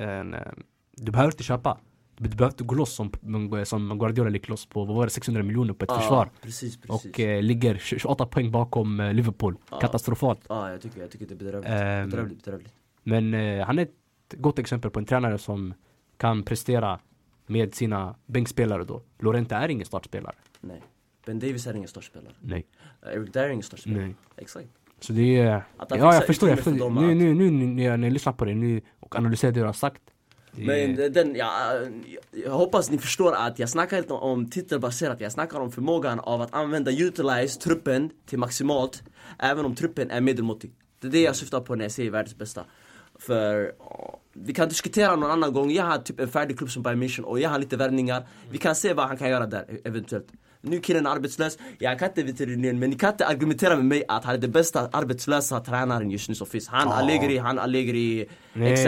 du behöver inte köpa. Du behöver inte gå loss som Guardiola gick loss på, vad var det, 600 miljoner på ett försvar. Precis. Och ligger 28 poäng bakom Liverpool. Katastrofalt. Ja, jag tycker det är bedrövligt. Men han är ett gott exempel på en tränare som kan prestera med sina bänkspelare då. Llorente är ingen startspelare. Nej. Ben Davies är ingen startspelare. Nej. Eric Dyer är ingen startspelare. Nej. Exakt. Så det är... Ja, jag förstår. Nu när ni lyssnar på det nu och analyserar det du har sagt. Men jag hoppas ni förstår att jag snackar inte om titelbaserat. Jag snackar om förmågan av att utilize truppen till maximalt, även om truppen är medelmåttig. Det är det jag syftar på när jag säger världens bästa. För vi kan diskutera någon annan gång. Jag har typ en färdig klubb som Bayern München och jag har lite värvningar. Vi kan se vad han kan göra där eventuellt. Nu killen är arbetslös. Jag kan inte veterinär, men ni kan inte argumentera med mig att han är den bästa arbetslösa tränaren just nu som finns. Han Allegri etc.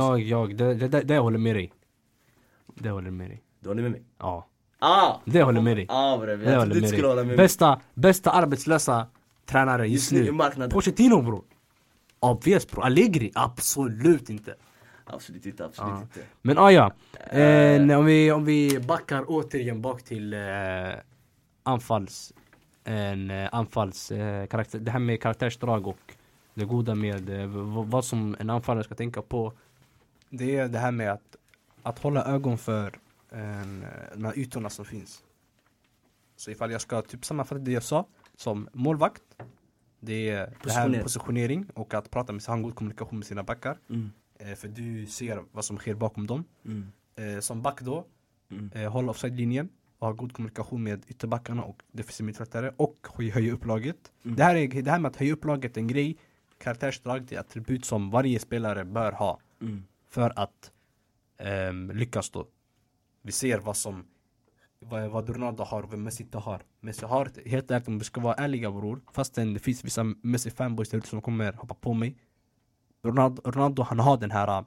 Det håller med dig. Det håller med dig. Du håller med mig? Ja. Det håller med dig. Det håller med dig. Bästa arbetslösa tränare just nu. Pochettino, bro. Obvious, bro. Allegri, absolut inte. Absolut inte. Men om vi backar återigen bak till anfalls karaktär, det här med karaktärsdrag och det goda med vad som en anfallare ska tänka på. Det är det här med att hålla ögon för de här ytorna som finns. Så ifall jag ska typ sammanfatta det jag sa som målvakt, det är det här med positionering och att prata med han god kommunikation med sina backar. För du ser vad som sker bakom dem. Som back då hålla offside-linjen och ha god kommunikation med ytterbackarna och defensiva mittfältare och höja upp laget. Det här med att höja upp laget är en grej, karaktärsdrag, det är attribut som varje spelare bör ha för att lyckas då. Vi ser vad Ronaldo har och vad Messi inte har. Messi har, helt ärligt om vi ska vara ärliga bror, fastän det finns vissa Messi-fanboys där ute som kommer hoppa på mig. Ronaldo han har den här,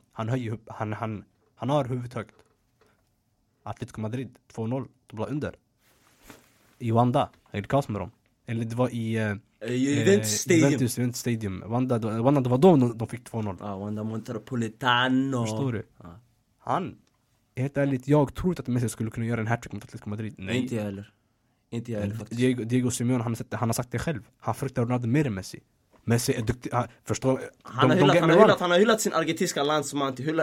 han har huvudet högt. Atletico Madrid 2-0, de var under i Wanda, är det kaos med dem? Eller det var i Juventus Stadium. Wanda, det var de fick 2-0. Ja, Wanda Metropolitano. Förstår du? Han, helt ärligt, jag tror inte att Messi skulle kunna göra en hattrick mot Atletico Madrid. Nej. Inte jag heller faktiskt. Diego Simeone, han har sagt det själv. Han fruktar Ronaldo mer än Messi. Messi är duktig, förstår. Han har hyllat sin argentinska landsman till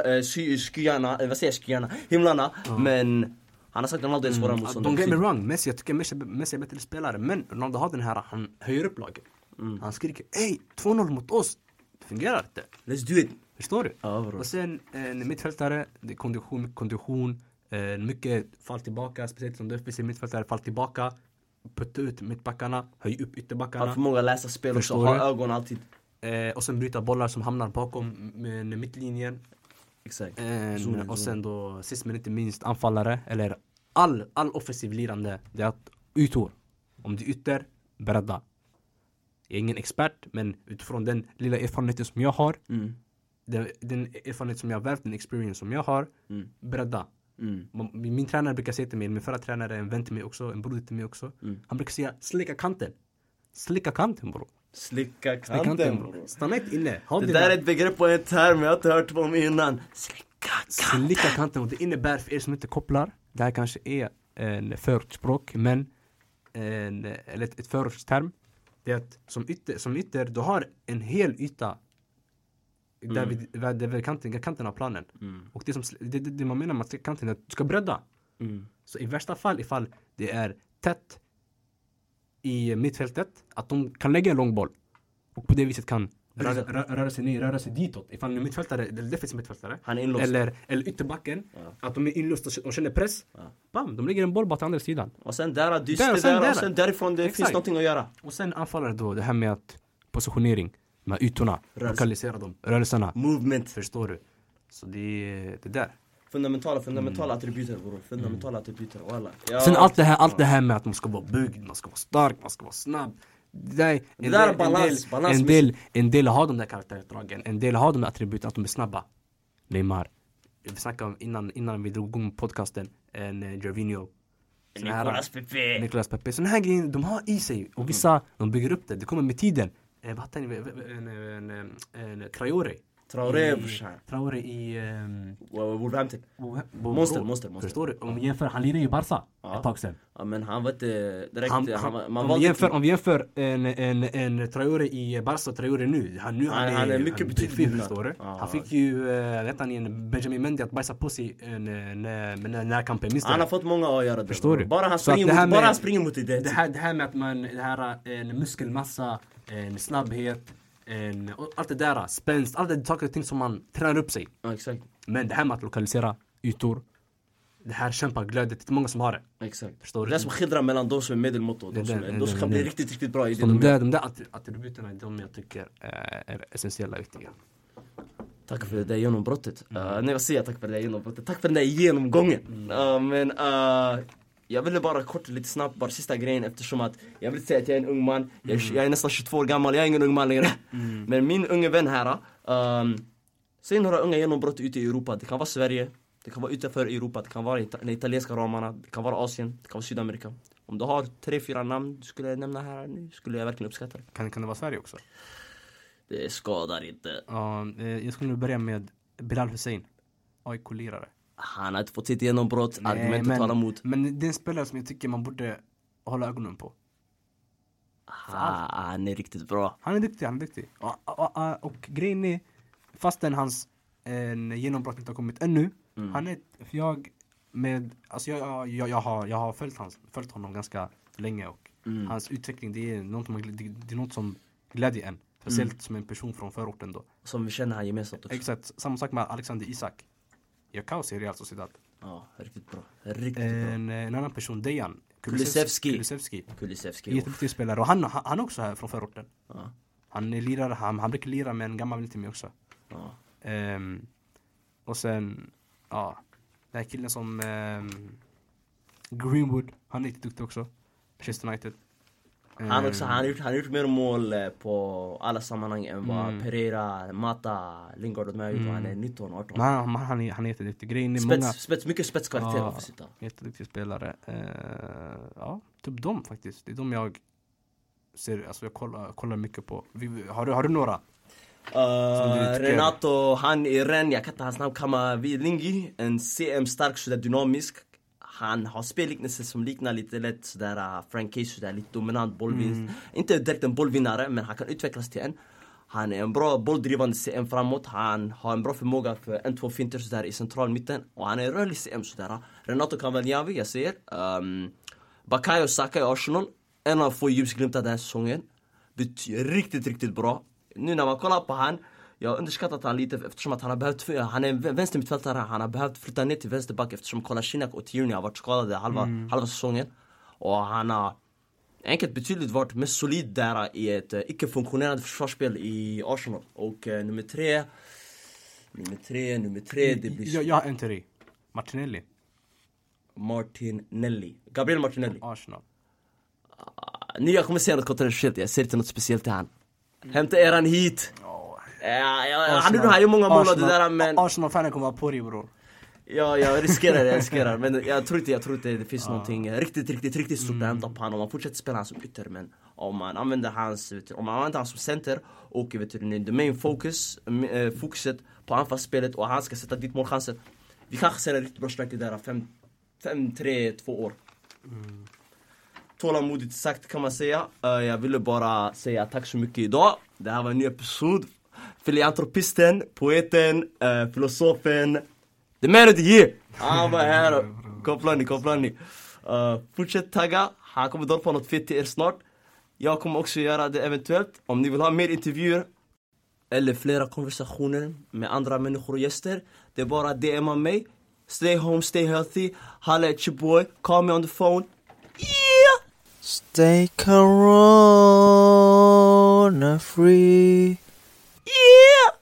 himlarna, men han har sagt att Ronaldo är svårare mot sådana. Don't get me wrong, Messi, jag tycker Messi är bättre spelare, men Ronaldo har den här, han höjer upp laget. Han skriker, 2-0 mot oss. Det fungerar inte. Let's do it. Förstår du? Och sen mittfältare, det är kondition, mycket fall tillbaka, speciellt som defensiv mittfältare, fall tillbaka, putta ut mittbackarna, höj upp ytterbackarna. Han förmåga läsa spel också, ha ögon alltid. Och sen bryta bollar som hamnar bakom mittlinjen. Exakt. Och sen då, sist men inte minst, anfallare. Eller all offensiv lirande. Det är att ytor. Om du ytter, bredda. Jag är ingen expert, men utifrån den lilla erfarenheten som jag har. Den erfarenhet som jag har värvt, den experience som jag har. Bredda. Min tränare brukar säga till mig, min förra tränare, en vän till mig också, en broder till mig också. Han brukar säga, slicka kanten. Slicka kanten, bro. Slicka kanten, bro. Stanna inte inne. Det där är ett begrepp och en term jag har inte hört om innan. Slicka kanten. Och det innebär, för er som inte kopplar, det här kanske är en förortsspråk, men eller ett förortsterm. Det är att som ytter, du har en hel yta där vid kanten av planen. Och det man menar med att kanten är att du ska bredda. Så i värsta fall, ifall det är tätt i mittfältet, att de kan lägga en lång boll och på det viset kan röra sig ditåt. Ifall en mittfältare, eller defensiv mittfältare, han är inlåst. Eller ytterbacken, att de är inlåsta och känner press. Bam, de lägger en boll bara till andra sidan. Och sen där och sen därifrån det finns någonting att göra. Och sen anfallare då, det här med att positionering, med ytorna, lokalisera dem, rörelserna, movement, förstår du? Så det är det där. Fundamentala attributer, bror. Fundamentala attributer, walla. Sen allt det här med att man ska vara byggd, man ska vara stark, man ska vara snabb. Det där är balans. En del har de där karaktärsdragen, en del har de där attributen att de är snabba. Neymar. Vi snackade om innan vi drog igång podcasten, en Gervinho. Nicolas Pepe. Såna här grejer, de har i sig. Och vissa, de bygger upp det. Det kommer med tiden. Vad heter en Traoré i Wolverhampton. Monster. Förstår du? Om vi jämför, han lirar ju Barca ett tag sedan. Ja, men han var inte direkt... Om vi jämför en Traoré i Barca och Traoré nu. Han är mycket betydligt, förstår du? Han fick ju, vet han, en Benjamin Mendy att bajsa på sig när kampen missade. Han har fått många att göra det. Förstår du? Bara han springer mot det. Det här med att man, det här en muskelmassa, en snabbhet, allt det där, spänst, allt det saker och ting som man tränar upp sig. Ja, exakt. Men det här med att lokalisera ytor, det här kämparglödet, det är inte många som har det. Exakt. Förstår du? Det är som skildrar mellan de som är medelmått och de som kan bli riktigt bra i det. De där attributerna är de jag tycker är essentiella och viktiga. Tack för det där genombrottet. Nej, vad säger jag? Tack för det där genombrottet. Tack för den där genomgången. Men jag ville bara kort lite snabbt, bara sista grejen, eftersom att jag vill säga att jag är en ung man. Jag är nästan 22 år gammal, jag är ingen ung man längre. Men min unge vän här, säg några unga genombrott ute i Europa. Det kan vara Sverige, det kan vara utanför Europa, det kan vara de italienska ramarna, det kan vara Asien, det kan vara Sydamerika. Om du har 3-4 namn du skulle nämna här nu, skulle jag verkligen uppskatta det. Kan det vara Sverige också? Det skadar inte. Jag skulle börja med Bilal Hussein, AIK-lirare. Han har inte fått sitt genombrott, argumentet talar emot. Men det är en spelare som jag tycker man borde hålla ögonen på. Han är riktigt bra. Han är duktig. Och grejen är, fastän hans genombrott inte har kommit ännu, han är, för jag har följt honom ganska länge och hans utveckling, det är något som glädjer en. Speciellt som en person från förorten då. Som vi känner här gemensamt också. Exakt, samma sak med Alexander Isak. Jag kaos i Real Sociedad. Ja, riktigt bra. En annan person, Dejan Kulusevski. Jätteduktig spelare. Och han är också här från förorten. Han är lirare, han brukar lira med en gammal till mig också. Och sen, den här killen som Greenwood, han är riktigt duktig också. Manchester United. Han har gjort mer mål på alla sammanhang än vad Pereira, Mata, Lingard och de har gjort. Han är 19-18. Han är jätteduktig. Grejen är mycket spetskvalitet för sitta. Jätteduktig spelare. Typ dem faktiskt. Det är de jag ser, alltså jag kollar mycket på. Har du några? Renato, han är Ren, jag kan inte hans namn, Kamavingi, en CM stark sådär dynamisk. Han har spelliknelser som liknar lite lätt sådär Frank Case, sådär lite dominant bollvinst. Inte direkt en bollvinnare, men han kan utvecklas till en. Han är en bra bolldrivande CM framåt. Han har en bra förmåga för 1-2 finter sådär i centralmitten. Och han är rörlig CM sådär. Renato Cavagliavi, jag säger. Bakayo Saka i Arsenal. En av få ljusglimtar den här säsongen. Riktigt bra. Nu när man kollar på han, jag har underskattat han lite eftersom att han är vänstermittfältare, han har behövt flytta ner till vänsterback eftersom Kolasinac och Tierney har varit skadade halva säsongen. Och han har enkelt betydligt varit mest solid där i ett icke-funktionerande försvarsspel i Arsenal. Och nummer 3, Nummer tre, det blir... Jag har en teori. Martinelli. Martinelli. Gabriel Martinelli. Arsenal. Nu jag kommer säga något kontroversiellt, jag ser inte något speciellt till han. Hämta eran hit. Han gjorde många mål av det där, men... Arsenal-fanen kommer på dig, bror. Ja, jag riskerar. Men jag tror inte det finns någonting riktigt stort att hämta på han. Om man fortsätter spela han som ytter, men om man använder han som center och the main fokuset på anfallsspelet och han ska sätta dit målchanser. Vi kanske ser en riktigt bra striker där 5-3-2 år. Tålamodigt sagt kan man säga. Jag ville bara säga tack så mycket idag. Det här var en ny episod. Filantropisten, poeten, filosofen, the man of the year. Han var här. Kopplar ni. Fortsätt tagga. Han kommer droppa något fett till er snart. Jag kommer också göra det eventuellt. Om ni vill ha mer intervjuer eller flera konversationer med andra människor och gäster, det är bara DMa mig. Stay home, stay healthy. Holla at your boy. Call me on the phone. Yeah! Stay corona free. Yeah!